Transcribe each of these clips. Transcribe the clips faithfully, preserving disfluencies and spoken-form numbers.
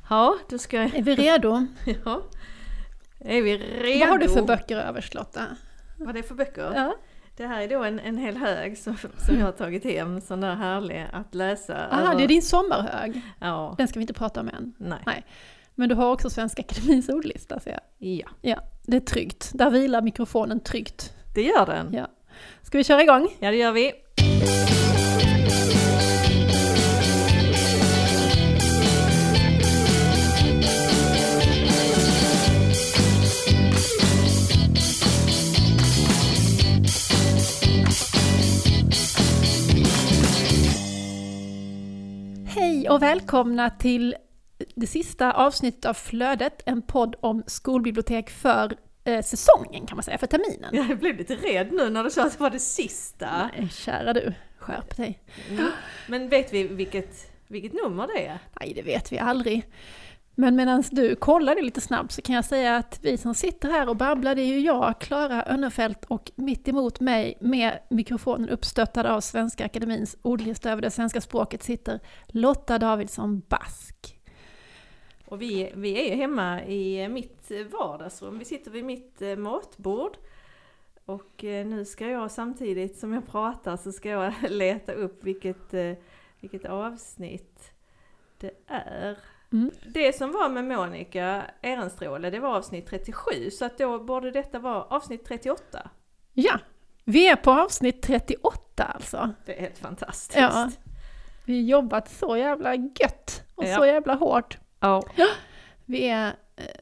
Ja, då ska jag... Är vi redo? Ja. Är vi redo? Vad har du för böcker överst, Lotta? Vad är det för böcker? Ja. Det här är då en, en hel hög som, som jag har tagit hem, sån där härlig att läsa. Aha, över... det är din sommarhög. Ja. Den ska vi inte prata om än. Nej. Nej. Men du har också Svenska Akademins ordlista, ser jag. Ja. Ja, det är tryggt. Där vilar mikrofonen tryggt. Det gör den. Ja. Ska vi köra igång? Ja, det gör vi. Hej och välkomna till det sista avsnittet av Flödet, en podd om skolbibliotek för eh, säsongen kan man säga, för terminen. Jag blev lite rädd nu när du sa att det var det sista. Nej, kära du, skärp dig. Mm. Men vet vi vilket, vilket nummer det är? Nej, det vet vi aldrig. Men medan du kollar det lite snabbt så kan jag säga att vi som sitter här och babblar, det är ju jag, Klara Önnerfelt, och mitt emot mig med mikrofonen uppstöttad av Svenska Akademins ordlista över det svenska språket sitter Lotta Davidsson Bask. Och vi, vi är ju hemma i mitt vardagsrum. Vi sitter vid mitt matbord. Och nu ska jag samtidigt som jag pratar så ska jag leta upp vilket, vilket avsnitt det är. Mm. Det som var med Monica Ehrenstråle, det var avsnitt trettiosju. Så att då borde detta vara avsnitt trettioåtta. Ja, vi är på avsnitt trettioåtta alltså. Det är helt fantastiskt. Ja, vi har jobbat så jävla gött och ja. så jävla hårt. Ja. Ja, vi är,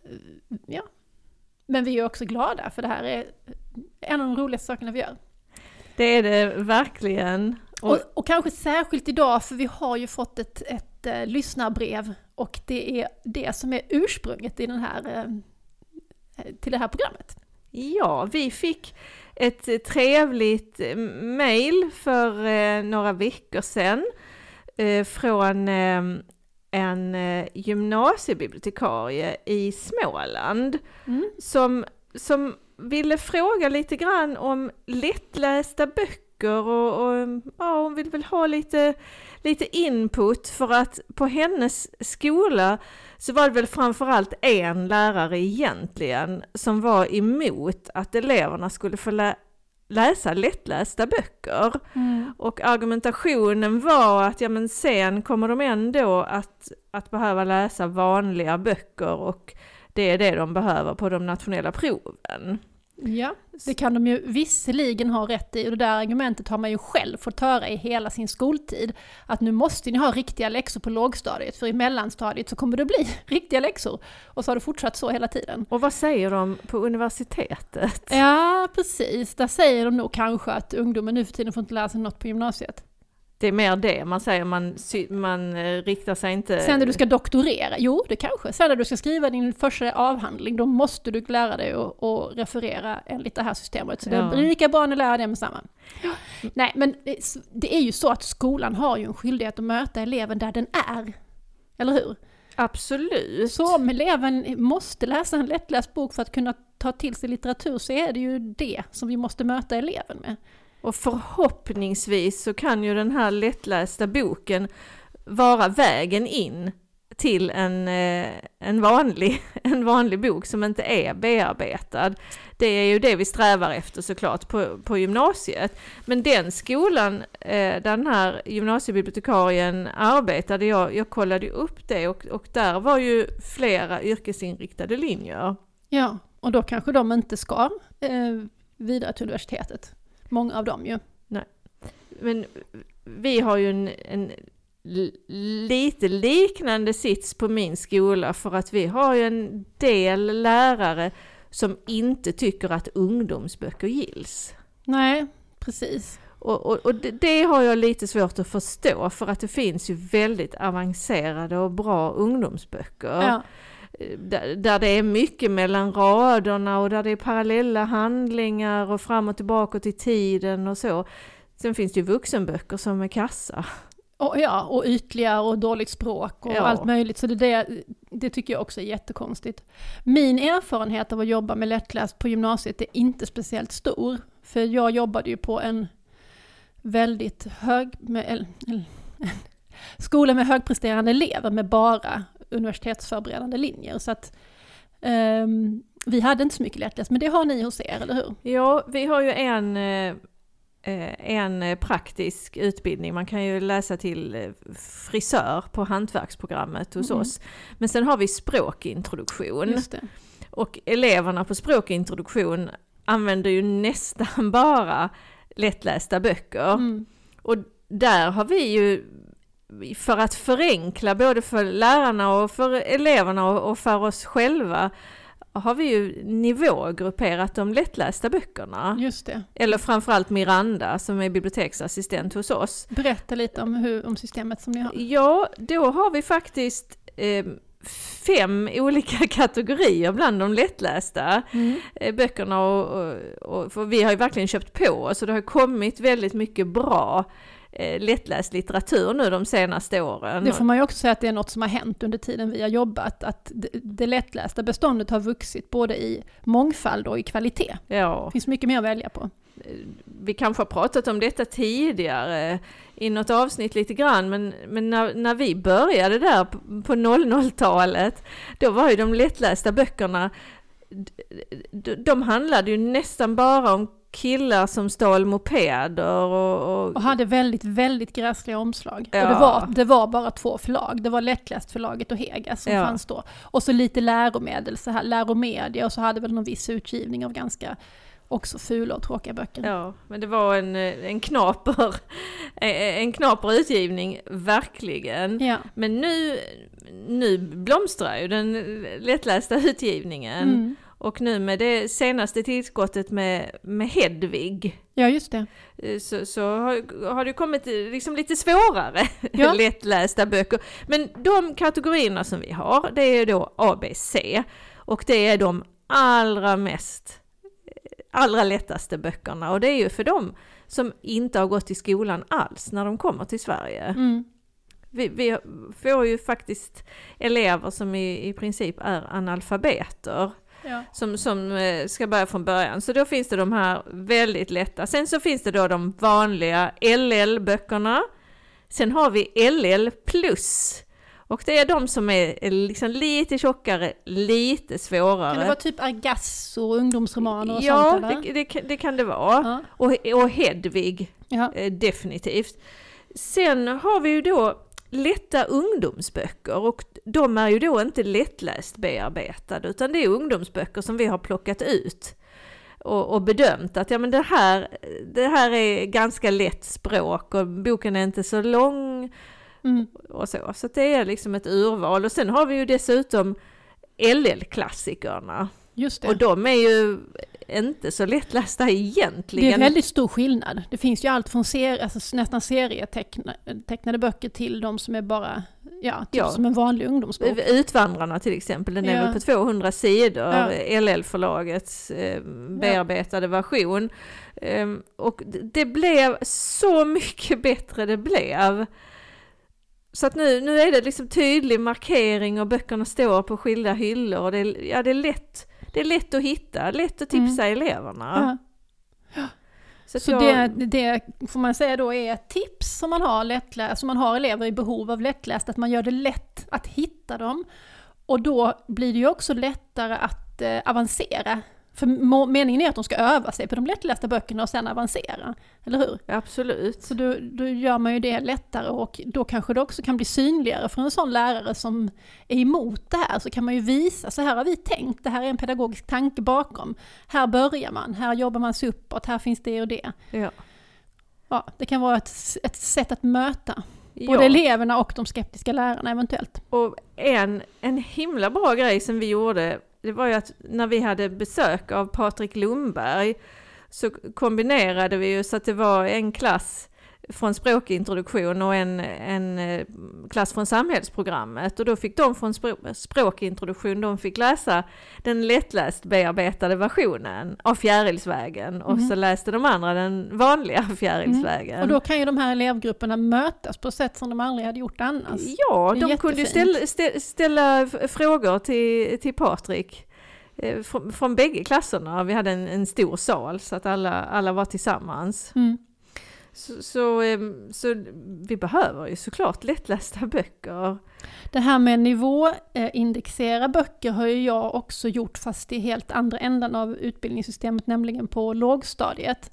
ja, men vi är också glada för det här är en av de roligaste sakerna vi gör. Det är det verkligen. Och, och, och kanske särskilt idag, för vi har ju fått ett, ett äh, lyssnarbrev och det är det som är ursprunget i den här, äh, till det här programmet. Ja, vi fick ett trevligt mejl för äh, några veckor sedan äh, från äh, en äh, gymnasiebibliotekarie i Småland mm. som, som ville fråga lite grann om lättlästa böcker och, och ja, hon vill väl ha lite, lite input för att på hennes skola så var det väl framförallt en lärare egentligen som var emot att eleverna skulle få lä- läsa lättlästa böcker. Mm. Och argumentationen var att ja, men sen kommer de ändå att, att behöva läsa vanliga böcker och det är det de behöver på de nationella proven. Ja, det kan de ju visserligen ha rätt i, och det där argumentet har man ju själv fått höra i hela sin skoltid, att nu måste ni ha riktiga läxor på lågstadiet, för i mellanstadiet så kommer det bli riktiga läxor, och så har det fortsatt så hela tiden. Och vad säger de på universitetet? Ja, precis, där säger de nog kanske att ungdomen nu för tiden får inte lära sig något på gymnasiet. Det är mer det, man säger man, man riktar sig inte... Sen när du ska doktorera, jo det kanske. Sen när du ska skriva din första avhandling, då måste du lära dig att, att referera enligt det här systemet. Så ja. Det blir lika bra att lära det med samma. Ja. Nej, men det är ju så att skolan har ju en skyldighet att möta eleven där den är. Eller hur? Absolut. Så om eleven måste läsa en lättläst bok för att kunna ta till sig litteratur, så är det ju det som vi måste möta eleven med. Och förhoppningsvis så kan ju den här lättlästa boken vara vägen in till en, en, vanlig, en vanlig bok som inte är bearbetad. Det är ju det vi strävar efter såklart på, på gymnasiet. Men den skolan, den här gymnasiebibliotekarien arbetade, jag, jag kollade upp det och, och där var ju flera yrkesinriktade linjer. Ja, och då kanske de inte ska eh, vidare till universitetet. Många av dem ju. Nej. Men vi har ju en, en lite liknande sits på min skola, för att vi har ju en del lärare som inte tycker att ungdomsböcker gills. Nej, precis. Och, och, och det, det har jag lite svårt att förstå, för att det finns ju väldigt avancerade och bra ungdomsböcker. Ja. Där, där det är mycket mellan raderna och där det är parallella handlingar och fram och tillbaka till tiden och så. Sen finns det ju vuxenböcker som är kassa. Och, ja, och ytliga och dåligt språk och ja. allt möjligt. Så det, det, det tycker jag också är jättekonstigt. Min erfarenhet av att jobba med lättläst på gymnasiet är inte speciellt stor. För jag jobbade ju på en väldigt hög... Med, eller, skola med högpresterande elever med bara universitetsförberedande linjer. Så att um, vi hade inte så mycket lättläst, men det har ni hos er, eller hur? Ja, vi har ju en, en praktisk utbildning. Man kan ju läsa till frisör på hantverksprogrammet hos mm. oss. Men sen har vi språkintroduktion. Just det. Och eleverna på språkintroduktion använder ju nästan bara lättlästa böcker. Mm. Och där har vi ju, för att förenkla både för lärarna och för eleverna och för oss själva, har vi ju nivågrupperat de lättlästa böckerna. Just det. Eller framförallt Miranda som är biblioteksassistent hos oss. Berätta lite om, hur, om systemet som ni har. Ja, då har vi faktiskt eh, fem olika kategorier bland de lättlästa mm. eh, böckerna. Och, och, och, för vi har ju verkligen köpt på oss, så det har kommit väldigt mycket bra lättläst litteratur nu de senaste åren. Det får man ju också säga att det är något som har hänt under tiden vi har jobbat, att det, det lättlästa beståndet har vuxit både i mångfald och i kvalitet. Ja. Det finns mycket mer att välja på. Vi kanske har pratat om detta tidigare i något avsnitt lite grann, men, men när, när vi började där på, på noll noll-talet, då var ju de lättlästa böckerna, de, de handlade ju nästan bara om killar som stal mopeder och, och... och hade väldigt, väldigt gräsliga omslag. Ja. Och det var, det var bara två förlag. Det var Lättläst förlaget och Hega som ja. fanns då. Och så lite läromedel, så här, läromedia, och så hade väl någon viss utgivning av ganska också fula och tråkiga böcker. Ja, men det var en, en knaper en knaper utgivning, verkligen. Ja. Men nu, nu blomstrar ju den lättlästa utgivningen. Mm. Och nu med det senaste tillskottet med, med Hedvig. Ja, just det. Så, så har, har det kommit liksom lite svårare ja. lättlästa böcker. Men de kategorierna som vi har, det är då A B C. Och det är de allra mest, allra lättaste böckerna. Och det är ju för dem som inte har gått i skolan alls när de kommer till Sverige. Mm. Vi, vi får ju faktiskt elever som i, i princip är analfabeter. Ja. Som, som ska börja från början. Så då finns det de här väldigt lätta. Sen så finns det då de vanliga L L-böckerna. Sen har vi L L plus. Och det är de som är liksom lite tjockare, lite svårare. Kan det vara typ Argasso och ungdomsromaner och ja, sånt? Ja, det, det, det kan det vara. Ja. Och, och Hedvig, ja. eh, definitivt. Sen har vi ju då lätta ungdomsböcker, och de är ju då inte lättläst bearbetade, utan det är ungdomsböcker som vi har plockat ut och, och bedömt att ja, men det här, det här är ganska lätt språk och boken är inte så lång mm. och så. Så det är liksom ett urval. Och sen har vi ju dessutom L L-klassikerna. Just det. Och de är ju inte så lättlästa egentligen. Det är väldigt stor skillnad. Det finns ju allt från ser, alltså nästan serietecknade böcker till de som är bara ja, typ ja. som en vanlig ungdomsbok. Utvandrarna till exempel, den är ja. väl på tvåhundra sidor, ja. L L-förlagets eh, bearbetade ja. version. Um, och det blev så mycket bättre det blev. Så att nu, nu är det liksom tydlig markering och böckerna står på skilda hyllor. Och det, ja, det, är lätt, det är lätt att hitta, lätt att tipsa mm. eleverna. Ja. Ja. Så, så jag, det, det får man säga då är ett tips som man har, lättläst, som man har elever i behov av lättläst, att man gör det lätt att hitta dem. Och då blir det ju också lättare att eh, avancera. För meningen är att de ska öva sig på de lättlästa böckerna och sen avancera, eller hur? Absolut. Så då, då gör man ju det lättare, och då kanske det också kan bli synligare för en sån lärare som är emot det här. Så kan man ju visa, så här har vi tänkt, det här är en pedagogisk tanke bakom. Här börjar man, här jobbar man sig uppåt, här finns det och det. Ja. Ja, det kan vara ett, ett sätt att möta ja. både eleverna och de skeptiska lärarna eventuellt. Och en, en himla bra grej som vi gjorde, det var ju att när vi hade besök av Patrik Lundberg så kombinerade vi ju så att det var en klass från språkintroduktion och en, en klass från samhällsprogrammet. Och då fick de från språkintroduktion, de fick läsa den lättläst bearbetade versionen av Fjärilsvägen. Och mm. så läste de andra den vanliga Fjärilsvägen. Mm. Och då kan ju de här elevgrupperna mötas på sätt som de aldrig hade gjort annars. Ja, de kunde ju ställa, ställa, ställa frågor till, till Patrik. Från, från bägge klasserna. Vi hade en, en stor sal så att alla, alla var tillsammans. Mm. Så, så, så vi behöver ju såklart lättlästa böcker. Det här med nivåindexera böcker har ju jag också gjort, fast i helt andra änden av utbildningssystemet, nämligen på lågstadiet.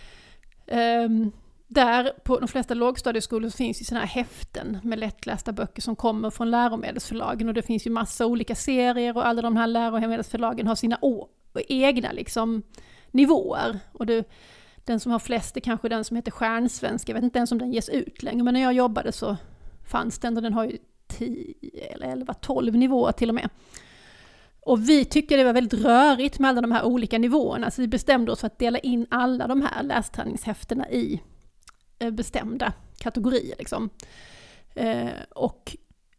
Um, där på de flesta lågstadieskolor finns ju såna här häften med lättlästa böcker som kommer från läromedelsförlagen, och det finns ju massa olika serier, och alla de här läromedelsförlagen har sina å- egna liksom nivåer. Och det, den som har flest är kanske den som heter Stjärnsvenska. Jag vet inte ens om den ges ut längre, men när jag jobbade så fanns den, och den har ju tio eller elva, tolv nivåer till och med. Och vi tycker det var väldigt rörigt med alla de här olika nivåerna, så vi bestämde oss för att dela in alla de här lästräningshäftena i bestämda kategorier. Liksom. Eh, och,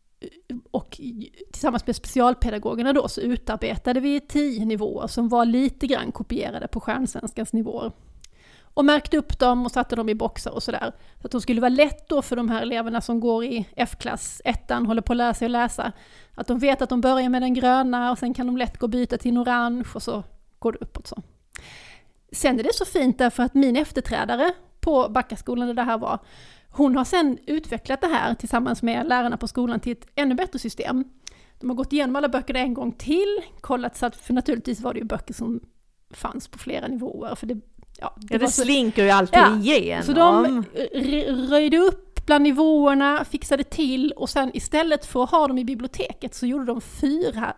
och tillsammans med specialpedagogerna då så utarbetade vi tio nivåer som var lite grann kopierade på Stjärnsvenskans nivåer. Och märkte upp dem och satte dem i boxar och sådär. Så att de skulle vara lätt då för de här eleverna som går i F-klass, ettan, håller på att lära sig att läsa. Att de vet att de börjar med den gröna och sen kan de lätt gå och byta till en orange och så går det uppåt så. Sen är det så fint därför att min efterträdare på Backaskolan där det här var, hon har sen utvecklat det här tillsammans med lärarna på skolan till ett ännu bättre system. De har gått igenom alla böcker en gång till, kollat så att, för naturligtvis var det ju böcker som fanns på flera nivåer, för det Ja, det, ja, det så, slinker ju alltid ja, igenom. Så de röjde upp bland nivåerna, fixade till, och sen istället för att ha dem i biblioteket så gjorde de fyra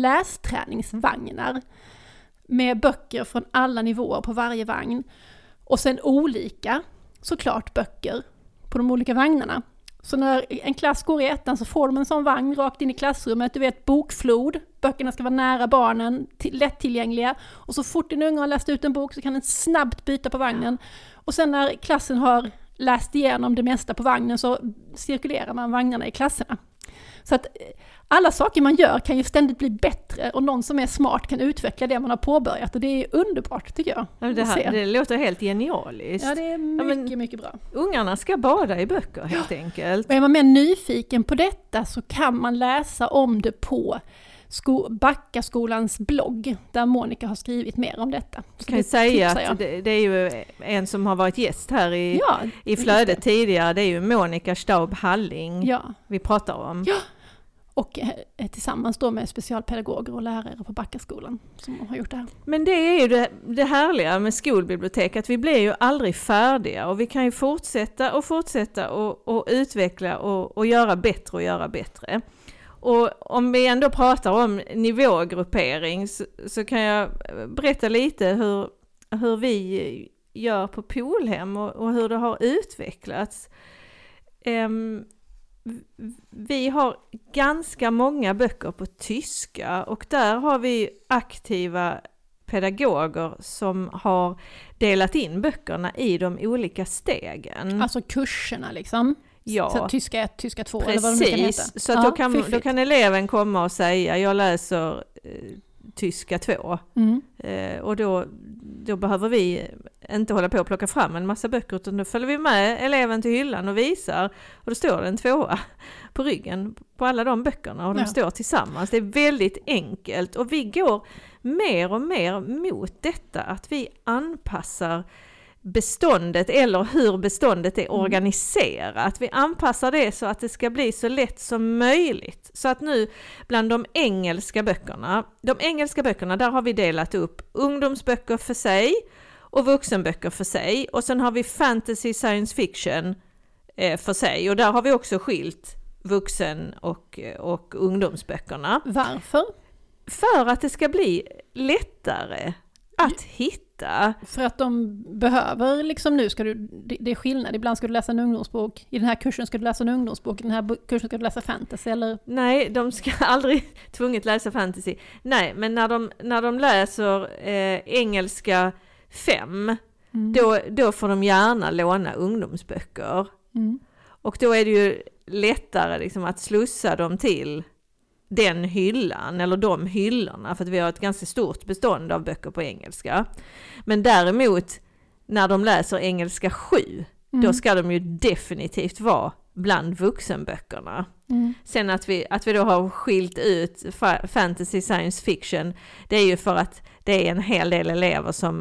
lästräningsvagnar med böcker från alla nivåer på varje vagn. Och sen olika, såklart, böcker på de olika vagnarna. Så när en klass går i ettan så får de en sån vagn rakt in i klassrummet. Du vet, bokflod. Böckerna ska vara nära barnen, till, lättillgängliga. Och så fort en unge har läst ut en bok så kan den snabbt byta på vagnen. Och sen när klassen har läst igenom det mesta på vagnen så cirkulerar man vagnarna i klasserna. Så att alla saker man gör kan ju ständigt bli bättre, och någon som är smart kan utveckla det man har påbörjat, och det är underbart tycker jag. Ja, det, här, det låter helt genialiskt. Ja, det är mycket, ja, men, mycket bra. Ungarna ska bada i böcker helt ja. enkelt. Och är man mer nyfiken på detta så kan man läsa om det på Sko- Backaskolans blogg, där Monica har skrivit mer om detta. Jag kan säga att det, det är ju en som har varit gäst här i, ja, i flödet tidigare, det är ju Monica Staub Halling ja. vi pratar om. Ja. Och eh, tillsammans då med specialpedagoger och lärare på Backaskolan som har gjort det här. Men det är ju det, det härliga med skolbibliotek, att vi blir ju aldrig färdiga, och vi kan ju fortsätta och fortsätta och, och utveckla och, och göra bättre och göra bättre. Och om vi ändå pratar om nivågruppering så, så kan jag berätta lite hur, hur vi gör på Polhem och, och hur det har utvecklats. Um, vi har ganska många böcker på tyska, och där har vi aktiva pedagoger som har delat in böckerna i de olika stegen. Alltså kurserna liksom? Ja. Så tyska ett, tyska två, precis. Eller vad de kan heta. Så att ja, då, kan, då kan eleven komma och säga, jag läser eh, tyska två. Mm. Eh, och då, då behöver vi inte hålla på och plocka fram en massa böcker, utan då följer vi med eleven till hyllan och visar. Och då står det en tvåa på ryggen på alla de böckerna, och de ja. står tillsammans. Det är väldigt enkelt, och vi går mer och mer mot detta, att vi anpassar beståndet, eller hur beståndet är organiserat. Vi anpassar det så att det ska bli så lätt som möjligt. Så att nu bland de engelska böckerna, de engelska böckerna, där har vi delat upp ungdomsböcker för sig och vuxenböcker för sig. Och sen har vi fantasy science fiction eh, för sig. Och där har vi också skilt vuxen- och, och ungdomsböckerna. Varför? För att det ska bli lättare att hitta. För att de behöver, liksom nu ska du, det är skillnad, ibland ska du läsa en ungdomsbok, i den här kursen ska du läsa en ungdomsbok, i den här kursen ska du läsa fantasy, eller? Nej, de ska aldrig tvunget läsa fantasy. Nej, men när de, när de läser eh, engelska fem, mm. då, då får de gärna låna ungdomsböcker. Mm. Och då är det ju lättare liksom att slussa dem till den hyllan, eller de hyllorna, för att vi har ett ganska stort bestånd av böcker på engelska. Men däremot när de läser engelska sju, mm. då ska de ju definitivt vara bland vuxenböckerna. Mm. Sen att vi, att vi då har skilt ut fa- fantasy science fiction, det är ju för att det är en hel del elever som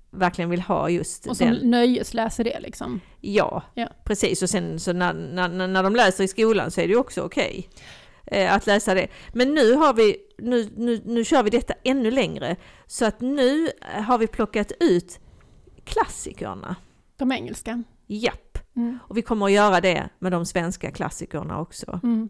verkligen vill ha just och som den. nöjesläser det liksom. Ja, ja, precis. Och sen så när, när, när de läser i skolan så är det ju också okej eh, att läsa det. Men nu har vi, nu, nu, nu kör vi detta ännu längre. Så att nu har vi plockat ut klassikerna. De engelska. Japp. Mm. Och vi kommer att göra det med de svenska klassikerna också. Mm.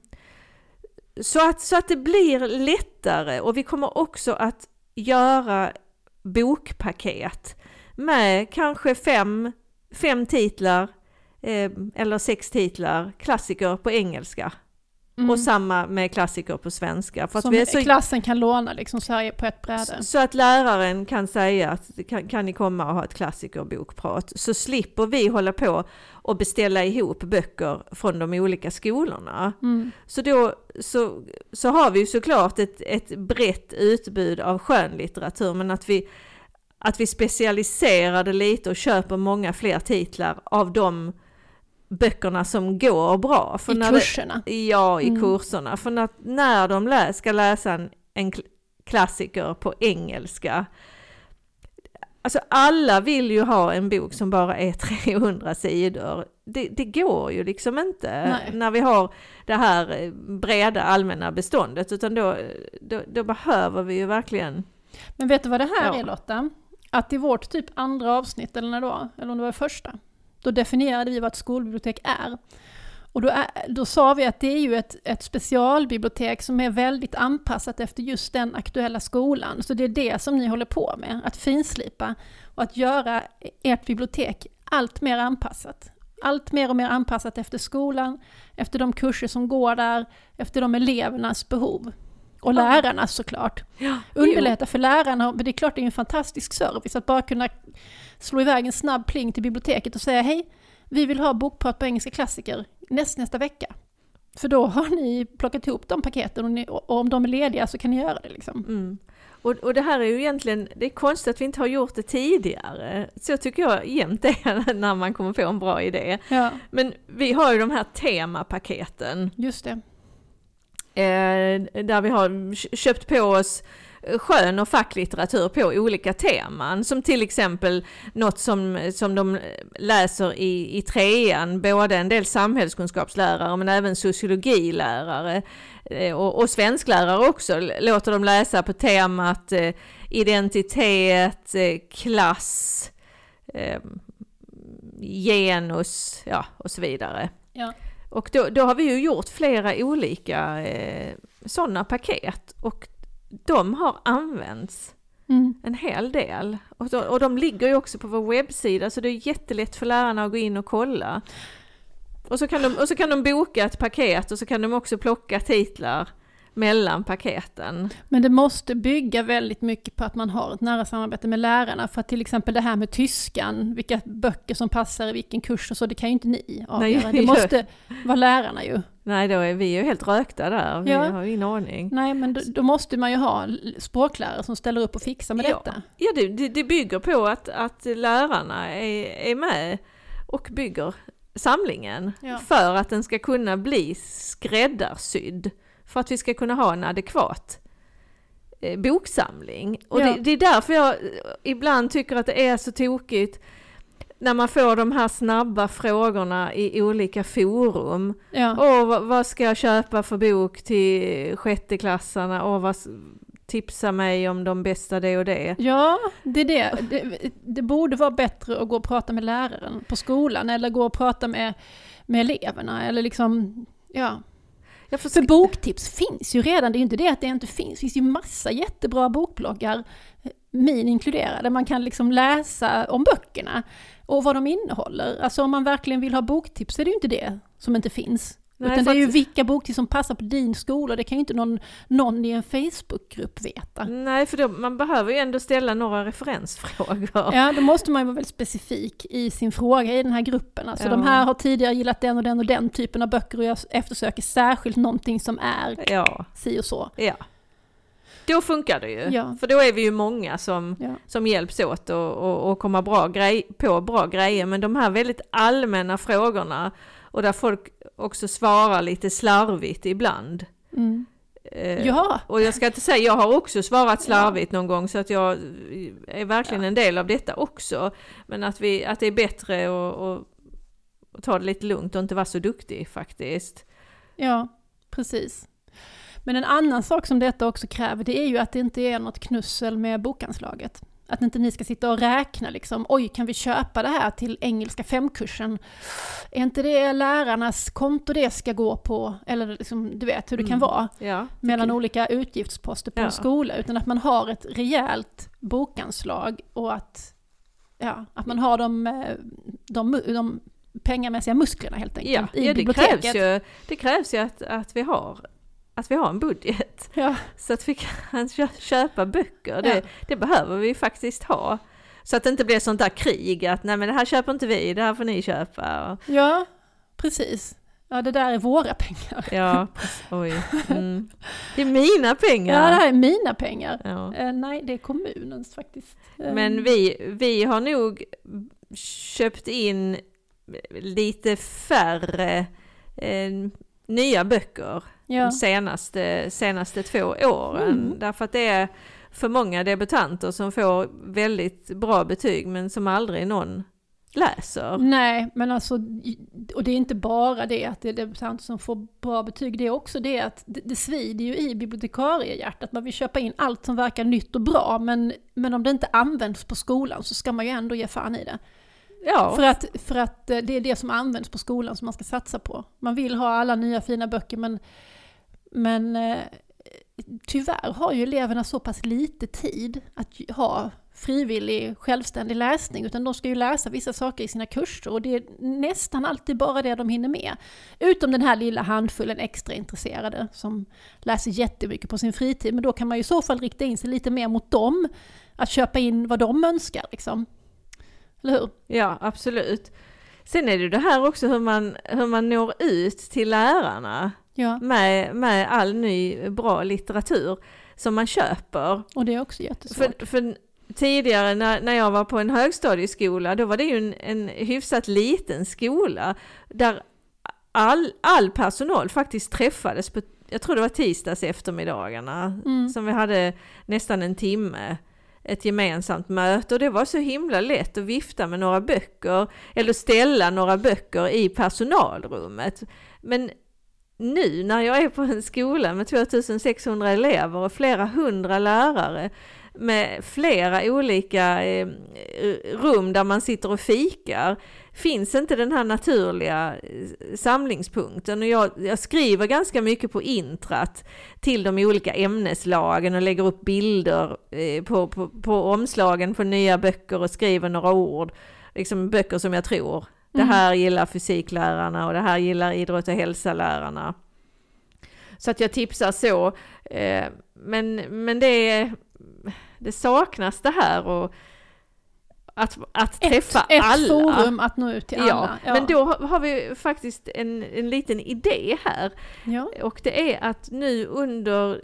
Så att, så att det blir lättare, och vi kommer också att göra bokpaket med kanske fem, fem titlar eh, eller sex titlar klassiker på engelska. Mm. Och samma med klassiker på svenska. För som att vi är så, klassen kan låna liksom så här på ett bräde. Så, så att läraren kan säga att kan, kan ni komma och ha ett klassikerbokprat. Så slipper vi hålla på och beställa ihop böcker från de olika skolorna. Mm. Så då så, så har vi ju såklart ett, ett brett utbud av skönlitteratur, men att vi, att vi specialiserar det lite och köper många fler titlar av de böckerna som går bra. För I när kurserna? Det, ja, i mm. kurserna. För att när de lä- ska läsa en, en klassiker på engelska, alltså alla vill ju ha en bok som bara är trehundra sidor. Det, det går ju liksom inte. Nej. När vi har det här breda allmänna beståndet, utan då, då, då behöver vi ju verkligen... Men vet du vad det här ja. är, Lotta? Att i vårt typ andra avsnitt, eller när då, eller om det var första, då definierade vi vad ett skolbibliotek är. Och då, är, då sa vi att det är ju ett, ett specialbibliotek som är väldigt anpassat efter just den aktuella skolan. Så det är det som ni håller på med, att finslipa och att göra ert bibliotek allt mer anpassat. Allt mer och mer anpassat efter skolan, efter de kurser som går där, efter de elevernas behov. Och lärarna såklart. Ja, underlätta för lärarna, men det är klart det är en fantastisk service att bara kunna slå iväg en snabb pling till biblioteket och säga hej, vi vill ha bokprat på engelska klassiker näst, nästa vecka. För då har ni plockat ihop de paketen och, ni, och om de är lediga så kan ni göra det liksom. Mm. Och, och det här är ju egentligen, det är konstigt att vi inte har gjort det tidigare. Så tycker jag jämt det är när man kommer på en bra idé. Ja. Men vi har ju de här temapaketen. Just det. Eh, där vi har köpt på oss skön- och facklitteratur på olika teman. Som till exempel något som, som de läser i, i trean. Både en del samhällskunskapslärare men även sociologilärare. Eh, och, och svensklärare också. Låter de läsa på temat eh, identitet, eh, klass, eh, genus, ja, och så vidare. Ja. Och då, då har vi ju gjort flera olika eh, sådana paket, och de har använts mm. en hel del. Och, då, och de ligger ju också på vår webbsida, så det är jättelätt för lärarna att gå in och kolla. Och så kan de, och så kan de boka ett paket, och så kan de också plocka titlar mellan paketen. Men det måste bygga väldigt mycket på att man har ett nära samarbete med lärarna. För att till exempel det här med tyskan, vilka böcker som passar i vilken kurs och så, det kan ju inte ni avgöra. Nej, det måste vara lärarna ju. Nej, då är vi ju helt rökta där. Vi ja. har ju ingen aning. Nej, men då, då måste man ju ha språklärare som ställer upp och fixar med ja. detta. Ja, det, det, det bygger på att, att lärarna är, är med och bygger samlingen ja. för att den ska kunna bli skräddarsydd. För att vi ska kunna ha en adekvat eh, boksamling. Och ja. det, det är därför jag ibland tycker att det är så tokigt när man får de här snabba frågorna i olika forum. Ja. Åh, vad, vad ska jag köpa för bok till sjätteklassarna? Åh, vad, tipsa mig om de bästa det och det. Ja, det är det. det. Det borde vara bättre att gå och prata med läraren på skolan. Eller gå och prata med, med eleverna. Eller liksom, ja... För, för boktips finns ju redan, det är ju inte det att det inte finns. Det finns ju massa jättebra bokbloggar, min inkluderade. Man kan liksom läsa om böckerna och vad de innehåller. Alltså om man verkligen vill ha boktips så är det ju inte det som inte finns. Nej, utan det är ju vilka boktips som passar på din skola. Det kan ju inte någon, någon i en Facebookgrupp veta. Nej, för då, man behöver ju ändå ställa några referensfrågor. Ja, då måste man ju vara väldigt specifik i sin fråga i den här gruppen. Alltså ja. de här har tidigare gillat den och den och den typen av böcker och jag eftersöker särskilt någonting som är ja. si och så. Ja. Då funkar det ju. Ja. För då är vi ju många som, ja. som hjälps åt och, och, och komma bra grej, på bra grejer. Men de här väldigt allmänna frågorna och där folk också svarar lite slarvigt ibland. Mm. Eh, Ja. Och jag ska inte säga, jag har också svarat slarvigt någon gång, så att jag är verkligen Ja. en del av detta också. Men att, vi, att det är bättre att, att, att ta det lite lugnt och inte vara så duktig faktiskt. Ja, precis. Men en annan sak som detta också kräver, det är ju att det inte är något knussel med bokanslaget. Att inte ni ska sitta och räkna liksom, oj, kan vi köpa det här till engelska femkursen? Är inte det lärarnas konto det ska gå på? Eller liksom, du vet hur det kan Mm. vara Ja, mellan tycker- olika utgiftsposter på Ja. en skola. Utan att man har ett rejält bokanslag och att, ja, att man har de, eh, de, de pengamässiga musklerna helt enkelt Ja, i ja det, biblioteket. krävs ju, det krävs ju att, att, vi har, att vi har en budget. Ja. Så att vi kan kö- köpa böcker. Det, Ja. det behöver vi faktiskt ha. Så att det inte blir sånt där krig att nej men det här köper inte vi, det här får ni köpa. Och, ja, precis. Ja, det där är våra pengar. ja, oj. Mm. Det är mina pengar. Ja, det här är mina pengar. Ja. Eh, nej, det är kommunens faktiskt. Eh, Men vi, vi har nog köpt in lite färre eh, nya böcker ja. de senaste, senaste två åren. Mm. Därför att det är för många debutanter som får väldigt bra betyg men som aldrig någon läser. Nej, men alltså, och det är inte bara det att det är debutanter som får bra betyg, det är också det att det, det svider ju i bibliotekariehjärtat. Man vill köpa in allt som verkar nytt och bra, men, men om det inte används på skolan så ska man ju ändå ge fan i det. Ja. För att, för att det är det som används på skolan som man ska satsa på. Man vill ha alla nya fina böcker, men, men eh, tyvärr har ju eleverna så pass lite tid att ha frivillig självständig läsning, utan de ska ju läsa vissa saker i sina kurser och det är nästan alltid bara det de hinner med. Utom den här lilla handfullen extra intresserade som läser jättemycket på sin fritid, men då kan man ju i så fall rikta in sig lite mer mot dem, att köpa in vad de önskar liksom. Eller hur? Ja, absolut. Sen är det det här också hur man, hur man når ut till lärarna Ja, med, med all ny bra litteratur som man köper. och det är också jättesvårt. För, för tidigare när, när jag var på en högstadieskola, då var det ju en, en hyfsat liten skola där all, all personal faktiskt träffades på, jag tror det var tisdags eftermiddagarna Mm. som vi hade nästan en timme ett gemensamt möte, och det var så himla lätt att vifta med några böcker eller ställa några böcker i personalrummet. Men nu när jag är på en skola med tvåtusensexhundra elever och flera hundra lärare med flera olika eh, rum där man sitter och fikar, finns inte den här naturliga eh, samlingspunkten. Och jag, jag skriver ganska mycket på intrat till de olika ämneslagen och lägger upp bilder eh, på, på, på omslagen på nya böcker och skriver några ord. Liksom böcker som jag tror. Det här gillar fysiklärarna och det här gillar idrott- och hälsalärarna. Så att jag tipsar så. Eh, men men det, det saknas det här och att, att träffa ett, ett alla. forum att nå ut till Ja, alla. Ja. men då har vi faktiskt en, en liten idé här. Ja. Och det är att nu under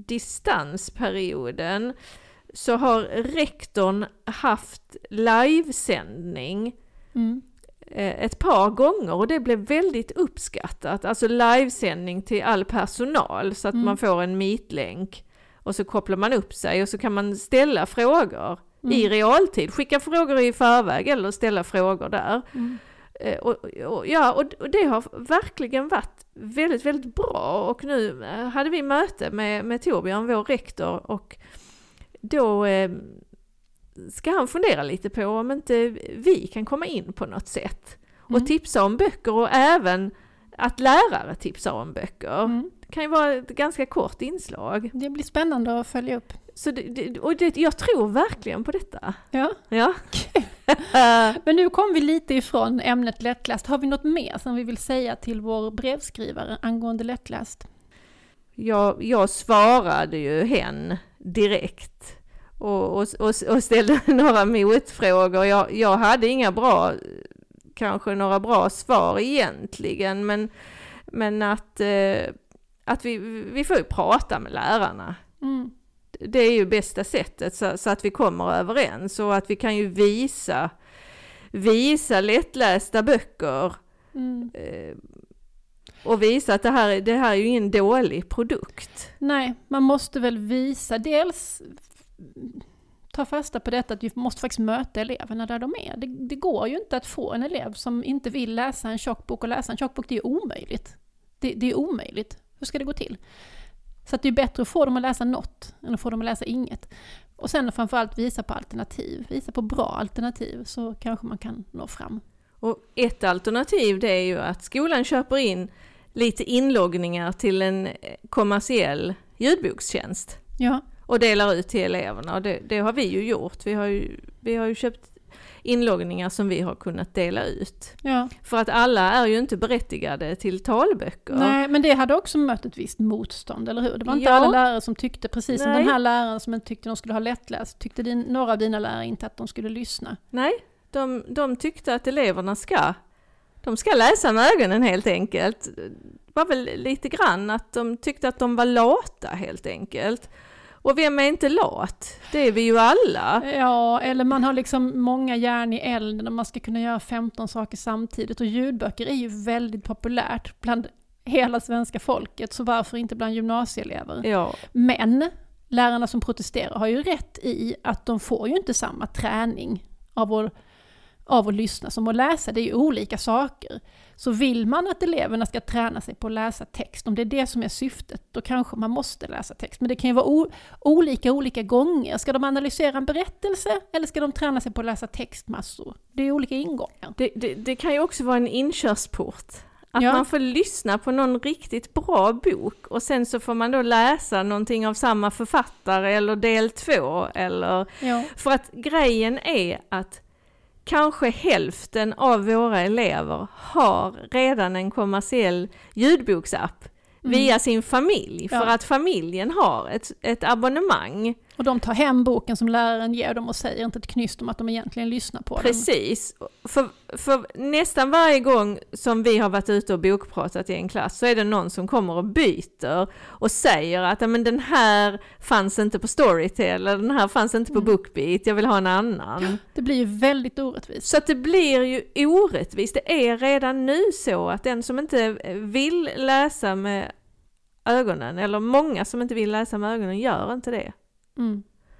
distansperioden så har rektorn haft livesändning Mm. ett par gånger och det blev väldigt uppskattat. Alltså livesändning till all personal så att Mm. man får en meetlänk och så kopplar man upp sig och så kan man ställa frågor Mm. i realtid. Skicka frågor i förväg eller ställa frågor där. Mm. Eh, Och, och, ja, och, och det har verkligen varit väldigt, väldigt bra. Och nu eh, hade vi möte med, med Torbjörn, vår rektor, och då eh, ska han fundera lite på om inte vi kan komma in på något sätt och Mm. tipsa om böcker, och även att lärare tipsar om böcker. Mm. Det kan ju vara ett ganska kort inslag. Det blir spännande att följa upp. Så det, det, och det, jag tror verkligen på detta. Ja. Ja. Men nu kom vi lite ifrån ämnet lättläst. Har vi något mer som vi vill säga till vår brevskrivare angående lättläst? Jag, jag svarade ju hen direkt och, och, och, och ställde några motfrågor. Jag, jag hade inga bra, kanske några bra svar egentligen, men, men att, eh, att vi, vi får ju prata med lärarna. Mm. Det är ju bästa sättet så, så att vi kommer överens, och att vi kan ju visa, visa lättlästa böcker. Mm. Eh, och visa att det här, det här är ju ingen dålig produkt. Nej, man måste väl visa, dels ta fasta på detta att vi måste faktiskt möta eleverna där de är. Det, det går ju inte att få en elev som inte vill läsa en tjock bok och läsa en tjock bok, det är omöjligt. Det, det är omöjligt. Hur ska det gå till? Så att det är bättre att få dem att läsa något än att få dem att läsa inget. Och sen framförallt visa på alternativ, visa på bra alternativ, så kanske man kan nå fram. Och ett alternativ, det är ju att skolan köper in lite inloggningar till en kommersiell ljudbokstjänst. Ja. Och delar ut till eleverna. Och det, det har vi ju gjort. Vi har ju, vi har ju köpt inloggningar som vi har kunnat dela ut. Ja. För att alla är ju inte berättigade till talböcker. Nej, men det hade också mött ett visst motstånd, eller hur? Det var inte Ja. alla lärare som tyckte, precis som Nej. den här läraren som inte tyckte de skulle ha lättläst, tyckte din, några av dina lärare inte att de skulle lyssna. Nej, de, de tyckte att eleverna ska, de ska läsa med ögonen helt enkelt. Det var väl lite grann att de tyckte att de var lata helt enkelt. Och vem är inte lat? Det är vi ju alla. Ja, eller man har liksom många järn i elden och man ska kunna göra femton saker samtidigt. Och ljudböcker är ju väldigt populärt bland hela svenska folket, så varför inte bland gymnasieelever? Ja. Men lärarna som protesterar har ju rätt i att de får ju inte samma träning av att, av att lyssna som att läsa. Det är ju olika saker. Så vill man att eleverna ska träna sig på att läsa text, om det är det som är syftet, då kanske man måste läsa text. Men det kan ju vara o- olika olika gånger. Ska de analysera en berättelse eller ska de träna sig på att läsa textmassor? Det är olika ingångar. Det, det, det kan ju också vara en inkörsport. Att Ja. man får lyssna på någon riktigt bra bok och sen så får man då läsa någonting av samma författare eller del två. Eller... Ja. För att grejen är att kanske hälften av våra elever har redan en kommersiell ljudboksapp Mm. via sin familj. Ja. För att familjen har ett, ett abonnemang. Och de tar hem boken som läraren ger dem och säger inte ett knyst om att de egentligen lyssnar på den. Precis. För, för nästan varje gång som vi har varit ute och bokpratat i en klass så är det någon som kommer och byter och säger att men den här fanns inte på Storytel eller den här fanns inte på Mm. BookBeat, jag vill ha en annan. Det blir ju väldigt orättvist. Så att det blir ju orättvist. Det är redan nu så att den som inte vill läsa med ögonen, eller många som inte vill läsa med ögonen, gör inte det. Mm.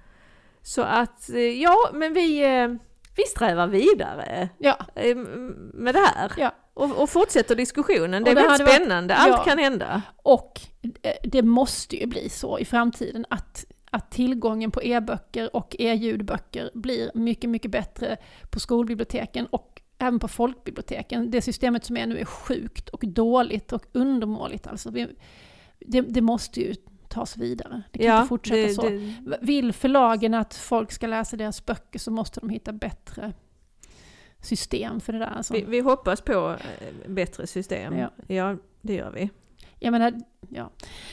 Så att, ja, men vi, vi strävar vidare Ja. med det här. Ja. Och, och fortsätter diskussionen. Det är Och det väldigt hade spännande. varit- Allt ja. kan hända. Och eh, det måste ju bli så i framtiden att, att tillgången på e-böcker och e-ljudböcker blir mycket, mycket bättre på skolbiblioteken och även på folkbiblioteken. Det systemet som är nu är sjukt och dåligt och undermåligt. Alltså vi, det, det måste ju tas vidare. Det kan Ja, inte fortsätta det- så. det- Vill förlagen att folk ska läsa deras böcker så måste de hitta bättre system för det där. Alltså. Vi, vi hoppas på eh, bättre system. Ja. Ja, det gör vi. Jag menar, ja.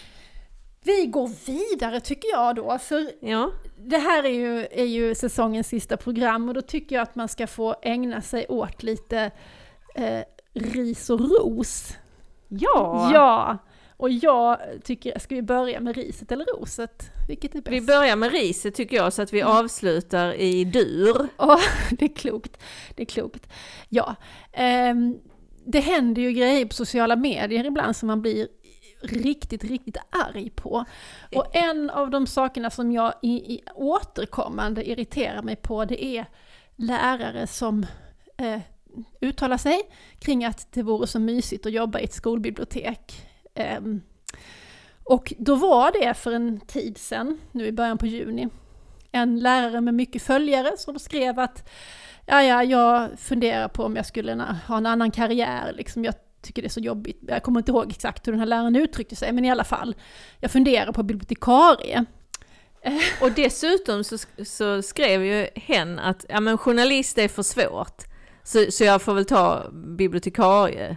Vi går vidare tycker jag då, för Ja, det här är ju, är ju säsongens sista program och då tycker jag att man ska få ägna sig åt lite eh, ris och ros. ja. Ja, och jag tycker, ska vi börja med riset eller roset? Vilket är bäst? Vi börjar med riset tycker jag, så att vi Mm. avslutar i dur. Åh, det är klokt, det är klokt. Ja, ehm, det händer ju grejer på sociala medier ibland som man blir riktigt, riktigt arg på. Och en av de sakerna som jag i, i återkommande irriterar mig på, det är lärare som eh, uttalar sig kring att det vore så mysigt att jobba i ett skolbibliotek. Ehm, och då var det för en tid sedan, nu i början på juni, en lärare med mycket följare som skrev att ja, ja, jag funderar på om jag skulle na- ha en annan karriär. Liksom, jag tycker det är så jobbigt. Jag kommer inte ihåg exakt hur den här läraren uttryckte sig, men i alla fall. Jag funderar på bibliotekarie. Och dessutom så, så skrev ju hen att ja, men journalist är för svårt. Så, så jag får väl ta bibliotekarie.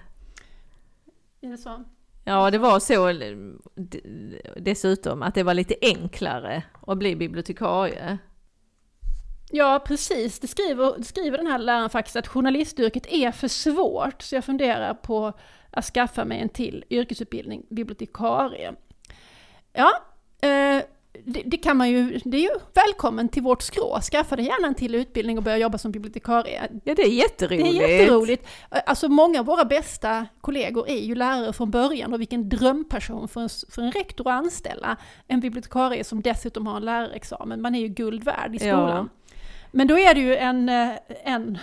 Är det så? Ja, det var så d- dessutom att det var lite enklare att bli bibliotekarie. Ja, precis. Det skriver, det skriver den här läraren faktiskt att journalistyrket är för svårt, så jag funderar på att skaffa mig en till yrkesutbildning, bibliotekarie. Ja, eh, det, det kan man ju, det är ju välkommen till vårt skrå. Skaffa dig gärna en till utbildning och börja jobba som bibliotekarie. Ja, det är jätteroligt. Det är jätteroligt. Alltså många av våra bästa kollegor är ju lärare från början, och vilken drömperson för en, för en rektor att anställa en bibliotekarie som dessutom har en lärarexamen. Man är ju guld värd i skolan. Ja. Men då är det ju en, en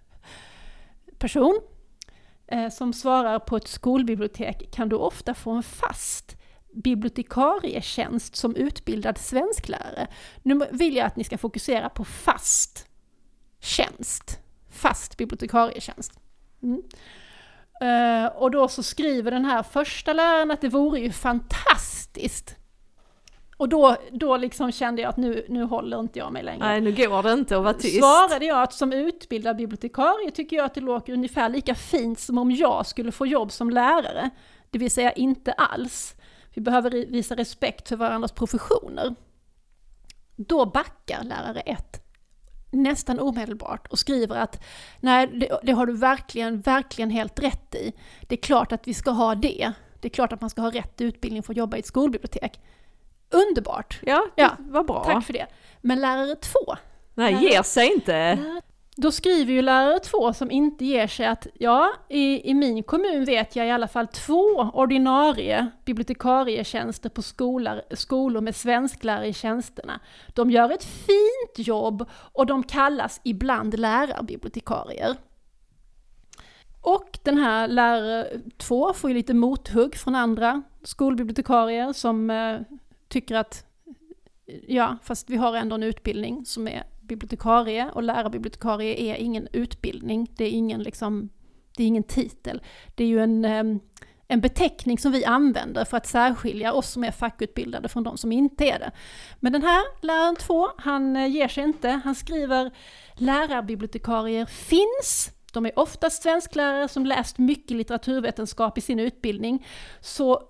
person eh, som svarar på ett skolbibliotek: kan du ofta få en fast bibliotekarietjänst som utbildad svensklärare? Nu vill jag att ni ska fokusera på fast tjänst. Fast bibliotekarietjänst. Mm. Uh, och då så skriver den här första läraren att det vore ju fantastiskt. Och då, då liksom kände jag att nu, nu håller inte jag mig längre. Nej, nu går det inte att vara tyst. Svarade jag att som utbildad bibliotekarie tycker jag att det låter ungefär lika fint som om jag skulle få jobb som lärare. Det vill säga inte alls. Vi behöver visa respekt för varandras professioner. Då backar lärare ett nästan omedelbart och skriver att nej, det, det har du verkligen, verkligen helt rätt i. Det är klart att vi ska ha det. Det är klart att man ska ha rätt utbildning för att jobba i ett skolbibliotek. Underbart! Ja, det ja, var bra. Tack för det. Men lärare två... Nej, lärare, ger sig inte! Lärare, då skriver ju lärare två som inte ger sig att ja, i, i min kommun vet jag i alla fall två ordinarie bibliotekarietjänster på skolor, skolor med svensklärare i tjänsterna. De gör ett fint jobb och de kallas ibland lärarbibliotekarier. Och den här lärare två får ju lite mothugg från andra skolbibliotekarier som eh, tycker att ja, fast vi har ändå en utbildning som är bibliotekarie, och lärarbibliotekarie är ingen utbildning, det är ingen liksom, det är ingen titel. Det är ju en, en beteckning som vi använder för att särskilja oss som är fackutbildade från de som inte är det. Men den här läraren två, han ger sig inte. Han skriver: lärarbibliotekarier finns. De är oftast svensklärare som läst mycket litteraturvetenskap i sin utbildning. Så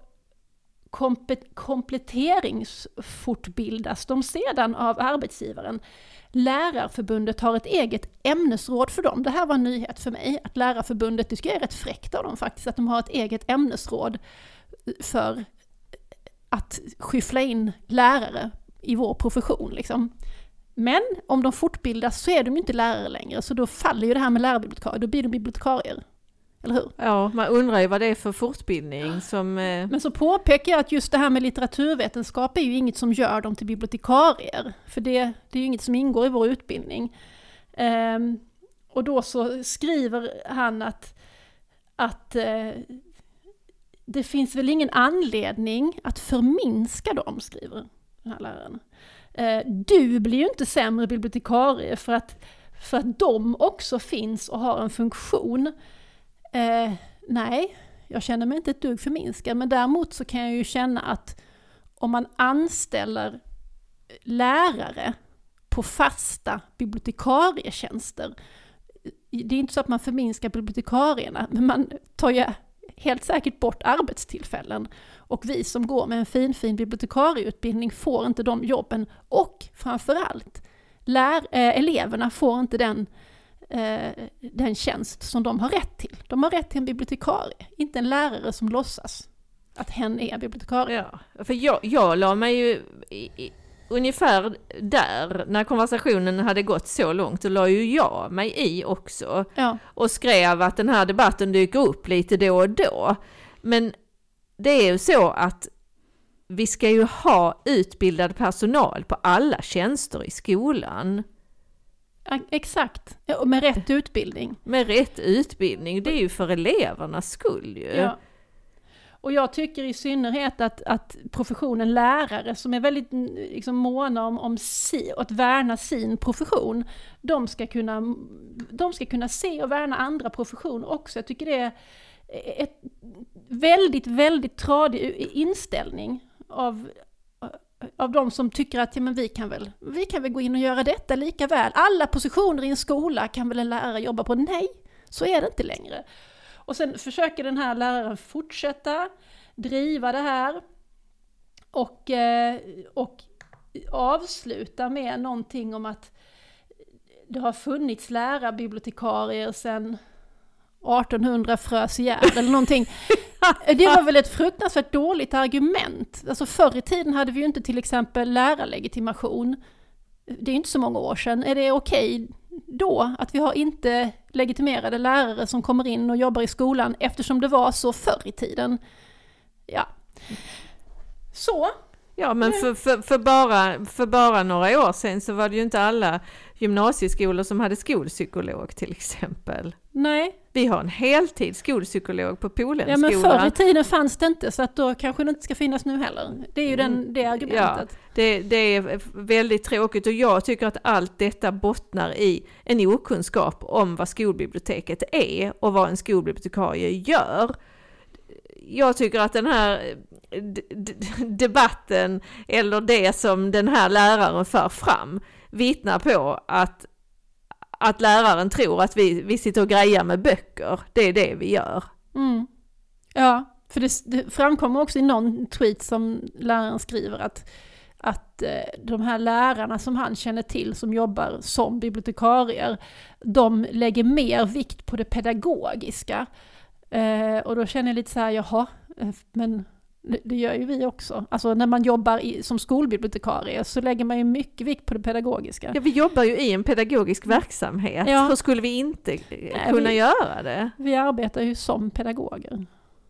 kompletteringsfortbildas de sedan av arbetsgivaren. Lärarförbundet har ett eget ämnesråd för dem. Det här var en nyhet för mig, att Lärarförbundet, det är rätt fräckt av dem faktiskt, att de har ett eget ämnesråd för att skyffla in lärare i vår profession. Liksom. Men om de fortbildas så är de inte lärare längre, så då faller ju det här med lärarbibliotekarier, då blir de bibliotekarier. Eller hur? Ja, man undrar ju vad det är för fortbildning som... Eh... Men så påpekar jag att just det här med litteraturvetenskap är ju inget som gör dem till bibliotekarier. För det, det är ju inget som ingår i vår utbildning. Ehm, och då så skriver han att, att eh, det finns väl ingen anledning att förminska dem, skriver den här läraren. Eh, du blir ju inte sämre bibliotekarie för att, för att de också finns och har en funktion. Eh, nej, jag känner mig inte ett dugg förminskad, men däremot så kan jag ju känna att om man anställer lärare på fasta bibliotekarietjänster, det är inte så att man förminskar bibliotekarierna, men man tar ju helt säkert bort arbetstillfällen, och vi som går med en fin fin bibliotekarieutbildning får inte de jobben, och framförallt lär, eh, eleverna får inte den den tjänst som de har rätt till. De har rätt till en bibliotekarie, inte en lärare som låtsas att hen är bibliotekarie. Ja, för jag, jag la mig ju i, i, ungefär där, när konversationen hade gått så långt, då la ju jag mig i också. Ja. Och skrev att den här debatten dyker upp lite då och då. Men det är ju så att vi ska ju ha utbildad personal på alla tjänster i skolan. Exakt, och med rätt utbildning. Med rätt utbildning, det är ju för elevernas skull ju. Ja. Och jag tycker i synnerhet att, att professionen lärare, som är väldigt liksom, måna om, om si, att värna sin profession, de ska, kunna, de ska kunna se och värna andra professioner också. Jag tycker det är ett väldigt, väldigt tradig inställning av av de som tycker att ja, men vi, kan väl, vi kan väl gå in och göra detta lika väl. Alla positioner i en skola kan väl en lärare jobba på? Nej, så är det inte längre. Och sen försöker den här läraren fortsätta driva det här och, och avsluta med någonting om att det har funnits lärarbibliotekarier sedan artonhundra frös ihjäl eller någonting. Det var väl ett fruktansvärt dåligt argument. Alltså förr i tiden hade vi ju inte till exempel lärarlegitimation. Det är inte så många år sedan. Är det okej då att vi har inte legitimerade lärare som kommer in och jobbar i skolan eftersom det var så förr i tiden? Ja. Så. Ja, men för, för, för, bara, för bara några år sedan så var det ju inte alla gymnasieskolor som hade skolpsykolog till exempel. Nej. Vi har en heltid skolpsykolog på Polenskolan. Ja, men förr i tiden fanns det inte, så att då kanske det inte ska finnas nu heller. Det är ju den, det argumentet. Ja, det, det är väldigt tråkigt och jag tycker att allt detta bottnar i en okunskap om vad skolbiblioteket är och vad en skolbibliotekarie gör. Jag tycker att den här d- d- debatten eller det som den här läraren för fram vittnar på att, att läraren tror att vi, vi sitter och grejar med böcker. Det är det vi gör. Mm. Ja, för det, det framkommer också i någon tweet som läraren skriver att, att eh, de här lärarna som han känner till som jobbar som bibliotekarier, de lägger mer vikt på det pedagogiska. Eh, och då känner jag lite så här, jaha, men det, det gör ju vi också. Alltså när man jobbar i, som skolbibliotekarie så lägger man ju mycket vikt på det pedagogiska. Ja, vi jobbar ju i en pedagogisk verksamhet. Ja. Hur skulle vi inte Nej, kunna vi, göra det? Vi arbetar ju som pedagoger.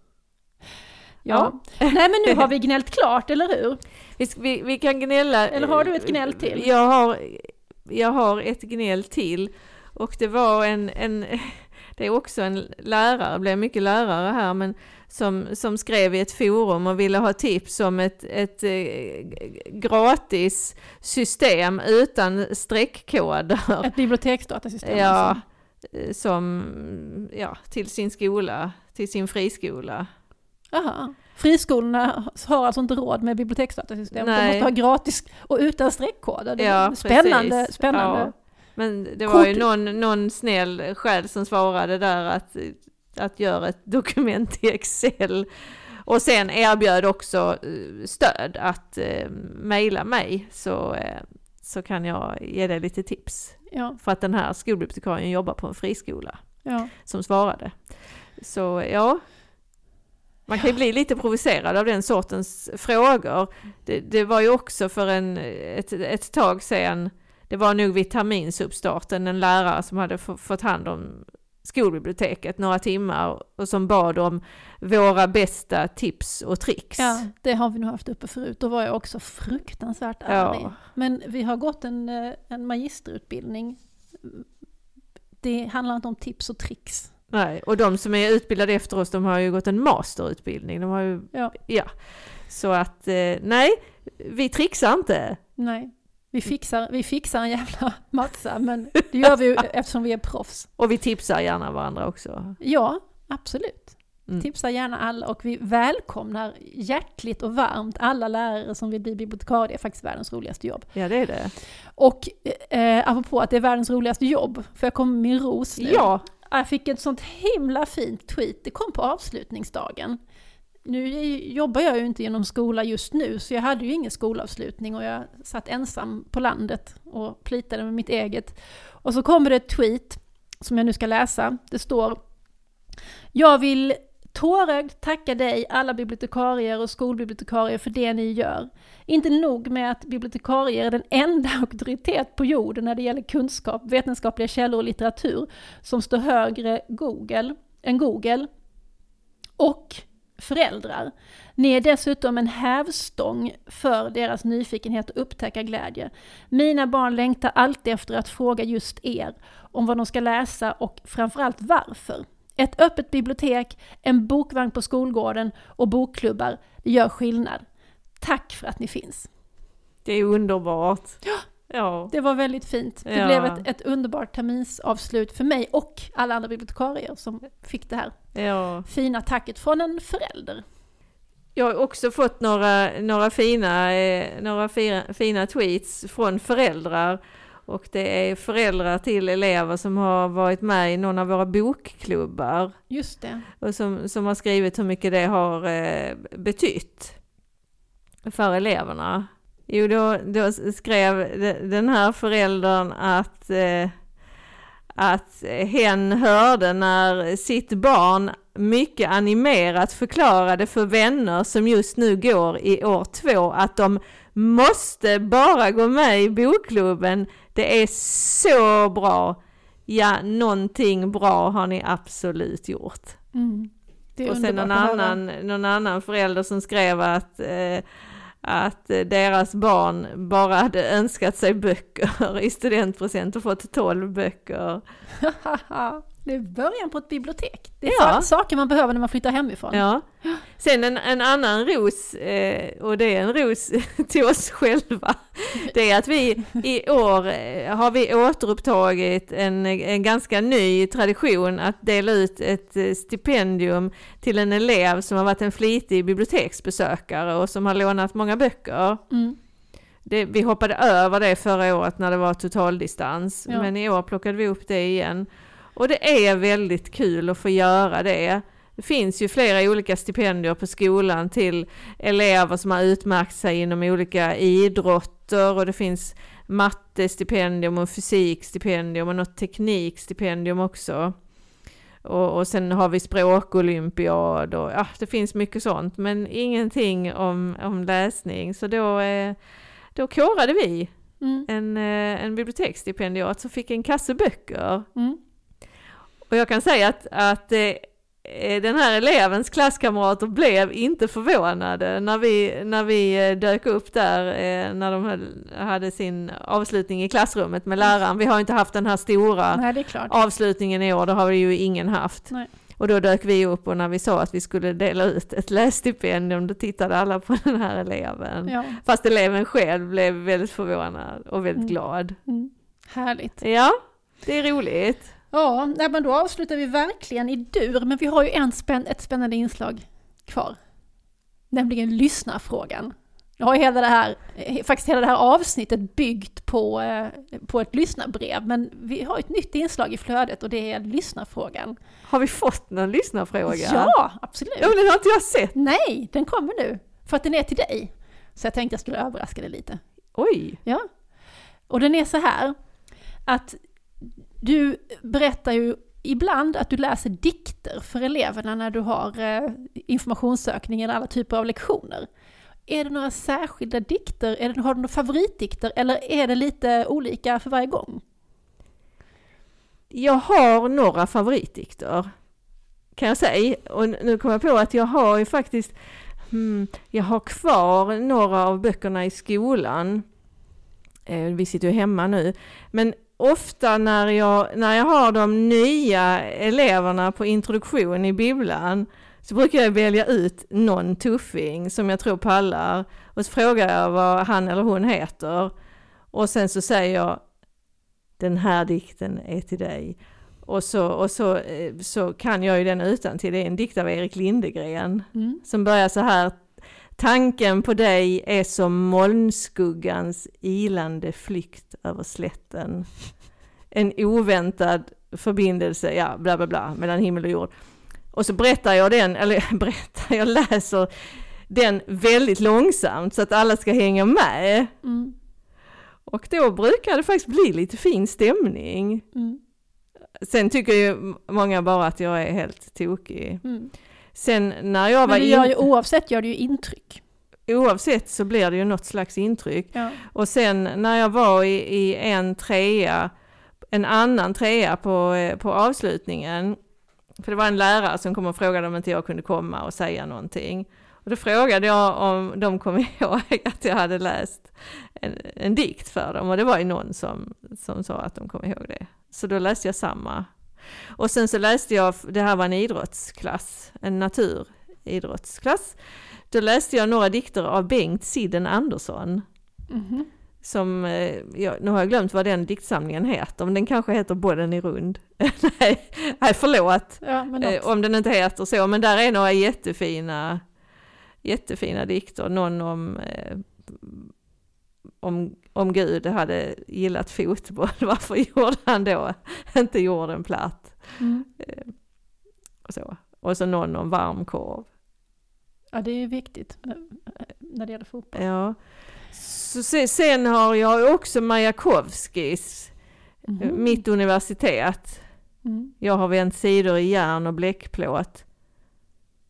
Ja. ja. Nej, men nu har vi gnällt klart, eller hur? Vi, vi, vi kan gnälla. Eller har du ett gnäll till? Jag har, jag har ett gnäll till. Och det var en... en det är också en lärare, det blev mycket lärare här, men som, som skrev i ett forum och ville ha tips om ett, ett eh, gratis system utan streckkoder. Ett biblioteksdatasystem. Ja, alltså. som, ja, till sin skola, till sin friskola. Aha. Friskolorna har alltså inte råd med biblioteksdatasystem. Nej. De måste ha gratis och utan streckkoder. Det är Ja, spännande. precis. spännande. Ja. Men det var Kort. ju någon, någon snäll själv som svarade där att, att göra ett dokument i Excel. Och sen erbjöd också stöd att eh, mejla mig så, eh, så kan jag ge dig lite tips. Ja. För att den här skolbibliotekarien jobbar på en friskola Ja. som svarade. Så ja, man kan ju bli lite provocerad av den sortens frågor. Det, det var ju också för en, ett, ett tag sedan. Det var nog vid terminsuppstarten en lärare som hade f- fått hand om skolbiblioteket några timmar och som bad om våra bästa tips och tricks. Ja, det har vi nog haft uppe förut. Då var jag också fruktansvärt arg. Ja. Men vi har gått en, en magisterutbildning. Det handlar inte om tips och tricks. Nej, och de som är utbildade efter oss, de har ju gått en masterutbildning. De har ju, Ja. ja. Så att, eh, nej, vi trixar inte. Nej. Vi fixar, vi fixar en jävla massa, men det gör vi ju eftersom vi är proffs. Och vi tipsar gärna varandra också. Ja, absolut. Mm. Tipsar gärna alla och vi välkomnar hjärtligt och varmt alla lärare som vill bli bibliotekarie. Det är faktiskt världens roligaste jobb. Ja, det är det. Och eh, apropå att det är världens roligaste jobb, för jag kom med min ros nu. Ja. Jag fick ett sånt himla fint tweet. Det kom på avslutningsdagen. Nu jobbar jag ju inte inom skola just nu, så jag hade ju ingen skolavslutning och jag satt ensam på landet och plitade med mitt eget. Och så kommer det ett tweet som jag nu ska läsa. Det står: jag vill tårögd tacka dig alla bibliotekarier och skolbibliotekarier för det ni gör. Inte nog med att bibliotekarier är den enda auktoritet på jorden när det gäller kunskap, vetenskapliga källor och litteratur som står högre Google, än Google. Och föräldrar. Ni är dessutom en hävstång för deras nyfikenhet och upptäcka glädje. Mina barn längtar alltid efter att fråga just er om vad de ska läsa och framförallt varför. Ett öppet bibliotek, en bokvagn på skolgården och bokklubbar, det gör skillnad. Tack för att ni finns. Det är underbart. Ja. Ja. Det var väldigt fint. Det Ja. blev ett, ett underbart terminsavslut för mig och alla andra bibliotekarier som fick det här Ja. fina tacket från en förälder. Jag har också fått några, några, fina, eh, några fina, fina tweets från föräldrar. Och det är föräldrar till elever som har varit med i någon av våra bokklubbar. Just det. Och som, som har skrivit hur mycket det har eh, betytt för eleverna. Jo, då, då skrev den här föräldern att, eh, att hen hörde när sitt barn mycket animerat förklarade för vänner som just nu går i år två att de måste bara gå med i bokklubben. Det är så bra. Ja, någonting bra har ni absolut gjort. Mm. Det är och sen någon annan, någon annan förälder som skrev att, eh, att deras barn bara hade önskat sig böcker i studentpresent och fått tolv böcker. Det är början på ett bibliotek. Det är ja. saker man behöver när man flyttar hemifrån. Ja. Sen en, en annan ros, eh, och det är en ros till oss själva, det är att vi i år eh, har vi återupptagit en, en ganska ny tradition att dela ut ett stipendium till en elev som har varit en flitig biblioteksbesökare och som har lånat många böcker. Mm. Det, vi hoppade över det förra året när det var totaldistans, ja. Men i år plockade vi upp det igen. Och det är väldigt kul att få göra det. Det finns ju flera olika stipendier på skolan till elever som har utmärkt sig inom olika idrotter. Och det finns mattestipendium och fysikstipendium och något teknikstipendium också. Och, och sen har vi språkolympiad och ja, det finns mycket sånt. Men ingenting om, om läsning. Så då, eh, då korade vi mm. en, eh, en biblioteksstipendiat som fick en kasse böcker. Mm. Och jag kan säga att, att eh, den här elevens klasskamrater blev inte förvånade när vi, när vi dök upp där eh, när de hade sin avslutning i klassrummet med läraren. Vi har inte haft den här stora Nej, det är klart. avslutningen i år, det har vi ju ingen haft. Nej. Och då dök vi upp och när vi sa att vi skulle dela ut ett lässtipendium då tittade alla på den här eleven. Ja. Fast eleven själv blev väldigt förvånad och väldigt mm. glad. Mm. Härligt. Ja, det är roligt. Ja, men då avslutar vi verkligen i dur, men vi har ju en spänn- ett spännande inslag kvar. Nämligen lyssnarfrågan. Jag har hela det här, faktiskt hela det här avsnittet byggt på, eh, på ett lyssnarbrev, men vi har ett nytt inslag i flödet och det är lyssnarfrågan. Har vi fått någon lyssnarfråga? Ja, absolut. Ja, men den har inte jag sett. Nej, den kommer nu, för att den är till dig. Så jag tänkte jag skulle överraska dig lite. Oj! Ja, och den är så här, att du berättar ju ibland att du läser dikter för eleverna när du har eh, informationssökning eller alla typer av lektioner. Är det några särskilda dikter? Är det, har du några favoritdikter? Eller är det lite olika för varje gång? Jag har några favoritdikter, kan jag säga. Och nu kommer jag på att jag har ju faktiskt hmm, jag har kvar några av böckerna i skolan. Eh, vi sitter ju hemma nu. Men ofta när jag, när jag har de nya eleverna på introduktion i bibblan så brukar jag välja ut någon tuffing som jag tror pallar och så frågar jag vad han eller hon heter och sen så säger jag den här dikten är till dig och så, och så, så kan jag ju den utan till. Det är en dikt av Erik Lindegren mm. som börjar så här: tanken på dig är som molnskuggans ilande flykt över slätten. En oväntad förbindelse, ja, bla bla bla, mellan himmel och jord. Och så berättar jag den, eller berättar, jag läser den väldigt långsamt så att alla ska hänga med. Mm. Och då brukar det faktiskt bli lite fin stämning. Mm. Sen tycker ju många bara att jag är helt tokig. Mm. Sen när jag var Men det gör ju, oavsett gör det ju intryck. Oavsett så blir det ju något slags intryck. Ja. Och sen när jag var i, i en trea, en annan trea på, på avslutningen, för det var en lärare som kom och frågade om inte jag kunde komma och säga någonting. Och då frågade jag om de kom ihåg att jag hade läst en, en dikt för dem. Och det var ju någon som, som sa att de kom ihåg det. Så då läste jag samma. Och sen så läste jag, det här var en idrottsklass, en naturidrottsklass. Då läste jag några dikter av Bengt Sidden Andersson. Mm-hmm. Som, ja, nu har jag glömt vad den diktsamlingen heter, men den kanske heter Bollen i rund. nej, nej, förlåt ja, eh, om den inte heter så, men där är några jättefina jättefina dikter. Någon om, eh, om, om Gud hade gillat fotboll, varför gjorde han då inte jorden platt? Mm. Eh, och, så. och så någon om varmkorv. Ja, det är viktigt när det gäller fotboll. Ja. Så sen har jag också Majakovskis mm. Mitt universitet. Mm. Jag har vänt sidor i järn och bläckplåt.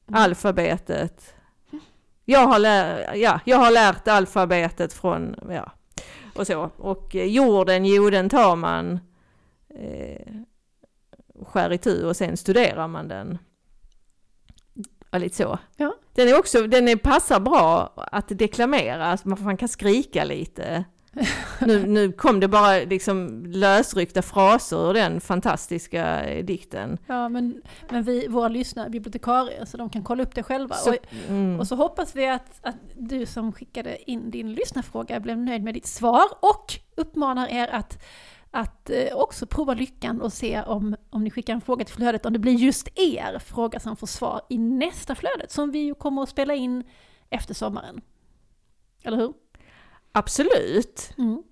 Mm. Alfabetet. Jag har, lär, ja, jag har lärt alfabetet från, ja, och så. Och jorden, jo, den tar man eh, skär i tur och sen studerar man den. Ja, lite så. Ja. Den är också, den är, passar bra att deklamera, alltså man kan skrika lite. nu, nu kom det bara liksom lösryckta fraser ur den fantastiska dikten. Ja, men, men vi, våra lyssnare är bibliotekarier så de kan kolla upp det själva. Så, och, mm. och så hoppas vi att, att du som skickade in din lyssnarfråga blev nöjd med ditt svar och uppmanar er att, att eh, också prova lyckan och se om, om ni skickar en fråga till flödet, om det blir just er fråga som får svar i nästa flödet som vi ju kommer att spela in efter sommaren. Eller hur? Absolut. Mm.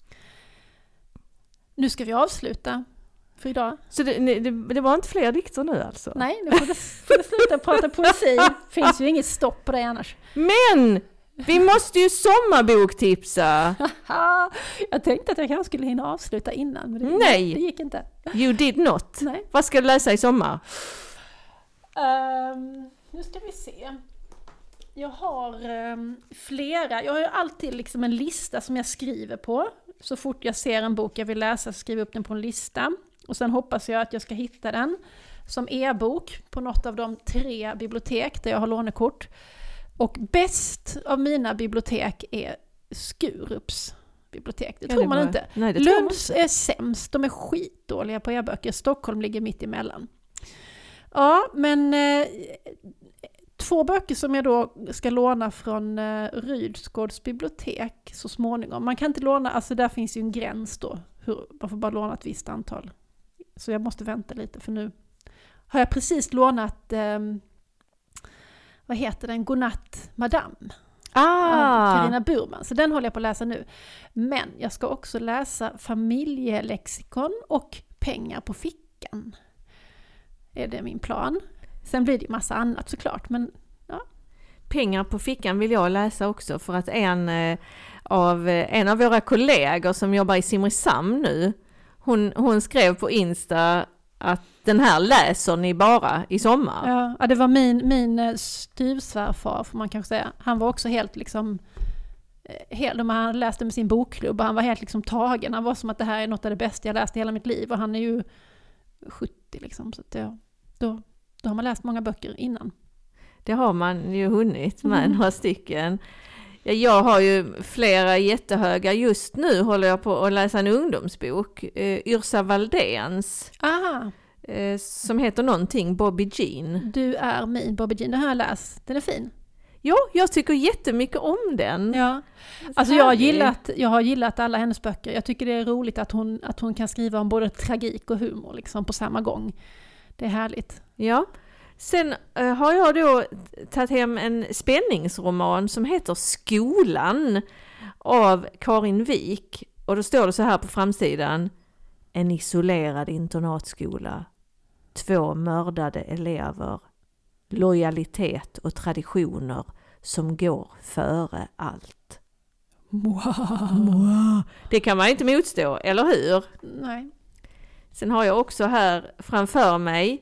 Nu ska vi avsluta för idag. Så det, det, det var inte fler dikter nu alltså? Nej, nu får du, får du sluta prata poesi. Finns ju inget stopp på det annars. Men! Vi måste ju sommarboktipsa! Jag tänkte att jag kanske skulle hinna avsluta innan, men det, Nej. det gick inte. You did not. Nej. Vad ska du läsa i sommar? Um, nu ska vi se. Jag har um, flera. Jag har ju alltid liksom en lista som jag skriver på. Så fort jag ser en bok jag vill läsa så skriver jag upp den på en lista. Och sen hoppas jag att jag ska hitta den som e-bok på något av de tre bibliotek där jag har lånekort. Och bäst av mina bibliotek är Skurups bibliotek. Det ja, tror det man var... inte. Nej, det Lunds tror man inte. är sämst. De är skitdåliga på e-böcker. Stockholm ligger mitt emellan. Ja, men eh, två böcker som jag då ska låna från eh, Rydsgårds bibliotek så småningom. Man kan inte låna, alltså där finns ju en gräns då. Hur, man får bara låna ett visst antal. Så jag måste vänta lite för nu har jag precis lånat eh, vad heter den? Godnatt Madame. Ah. Av Carina Burman. Så den håller jag på att läsa nu. Men jag ska också läsa Familjelexikon och Pengar på fickan. Är det min plan. Sen blir det ju massa annat såklart. Men, ja. Pengar på fickan vill jag läsa också för att en, eh, av, en av våra kollegor som jobbar i Simrishamn nu, hon, hon skrev på Insta att den här läser ni bara i sommar. Ja, ja det var min, min styvsvärfar får man kanske säga. Han var också helt liksom helt, han läste med sin bokklubb och han var helt liksom tagen. Han var som att det här är något av det bästa jag läst i hela mitt liv och han är ju sjuttio liksom så att det, då, då har man läst många böcker innan. Det har man ju hunnit med Mm. några stycken. Jag har ju flera jättehöga. Just nu håller jag på att läsa en ungdomsbok. Eh, Yrsa Valdéns. Aha. Eh, som heter någonting Bobby Jean. Du är min Bobby Jean. Den har jag läst. Den är fin. Ja, jag tycker jättemycket om den. Ja. Alltså jag har, gillat, jag har gillat alla hennes böcker. Jag tycker det är roligt att hon, att hon kan skriva om både tragik och humor liksom, på samma gång. Det är härligt. Ja. Sen uh, har jag då tagit hem en spänningsroman som heter Skolan av Karin Wik. Och då står det så här på framsidan. En isolerad internatskola. Två mördade elever. Lojalitet och traditioner som går före allt. Wow. Det kan man inte motstå, eller hur? Nej. Sen har jag också här framför mig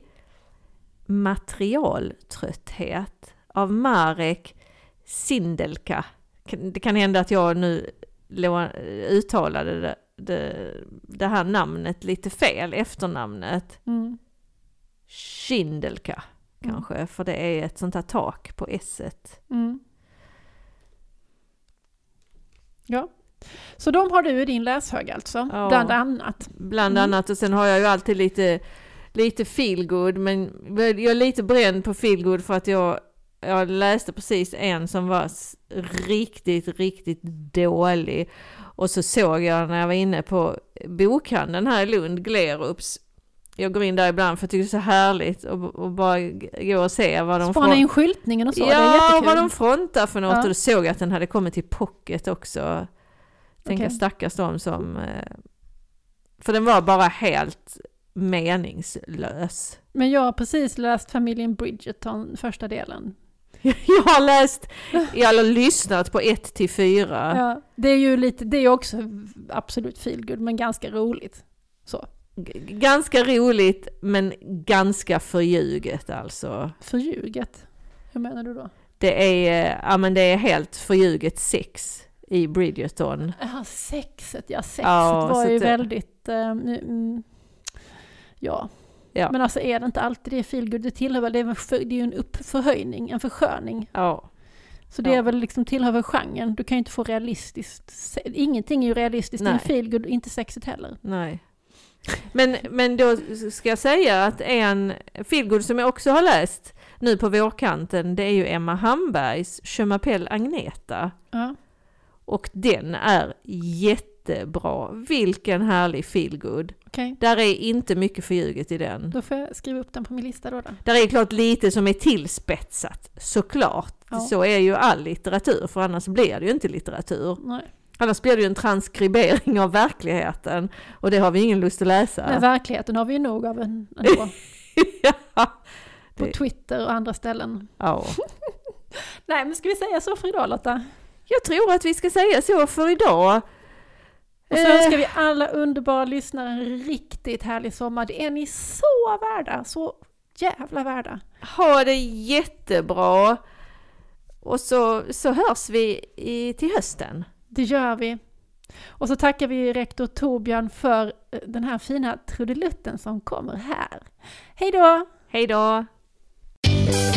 Materialtrötthet av Marek Sindelka. Det kan hända att jag nu uttalade det, det, det här namnet lite fel, efternamnet. Mm. Sindelka kanske, mm. för det är ett sånt här tak på S-et. Mm. Ja. Så de har du i din läshög alltså, Ja, bland annat. Bland Mm. annat, och sen har jag ju alltid lite, lite feelgood, men jag är lite bränd på feelgood för att jag, jag läste precis en som var riktigt, riktigt dålig. Och så såg jag när jag var inne på bokhandeln här i Lund, Glerups. Jag går in där ibland för att det är så härligt och, och bara gå och se vad de Spana in skyltningen och så, ja, det är jättekul. vad de frontar för något. Ja. Och då såg jag att den hade kommit till pocket också. Tänka Okej. stackars de som... För den var bara helt meningslös. Men jag har precis läst Familjen Bridgerton, första delen. Jag har läst, jag har lyssnat på ett till fyra. Ja, det är ju lite, det är också absolut feelgood, men ganska roligt. Så. G- ganska roligt, men ganska förljuget alltså. Förljuget. Hur menar du då? Det är, ja, men det är helt förljuget sex i Bridgerton. Ja, sexet. Ja, sexet ja, var ju det... väldigt... Eh, mm, ja. ja, men alltså är det inte alltid det feelgood? Det tillhör väl, det är, för, det är ju en uppförhöjning, en försköning. Ja. Så det ja. är väl liksom tillhör väl genren. Du kan ju inte få realistiskt. Ingenting är ju realistiskt. Nej. I en feelgood, inte sexet heller. Nej. Men, men då ska jag säga att en feelgood som jag också har läst nu på vårkanten, det är ju Emma Hambergs Je m'appelle Agneta. Ja. Och den är jättebra. Vilken härlig feelgood. Okay. Där är inte mycket förljuget i den. Då får jag skriva upp den på min lista då. då. Där är klart lite som är tillspetsat, såklart. Ja. Så är ju all litteratur, för annars blir det ju inte litteratur. Nej. Annars blir det ju en transkribering av verkligheten. Och det har vi ingen lust att läsa. Men verkligheten har vi ju nog av en, ändå. ja, på det... Twitter och andra ställen. Ja. Nej, men ska vi säga så för idag, Lotta? Jag tror att vi ska säga så för idag. Och så önskar vi alla underbara lyssnare en riktigt härlig sommar. Det är ni så värda, så jävla värda. Ha det jättebra. Och så, så hörs vi i, till hösten. Det gör vi. Och så tackar vi rektor Torbjörn för den här fina trudelutten som kommer här. Hej då! Hej då!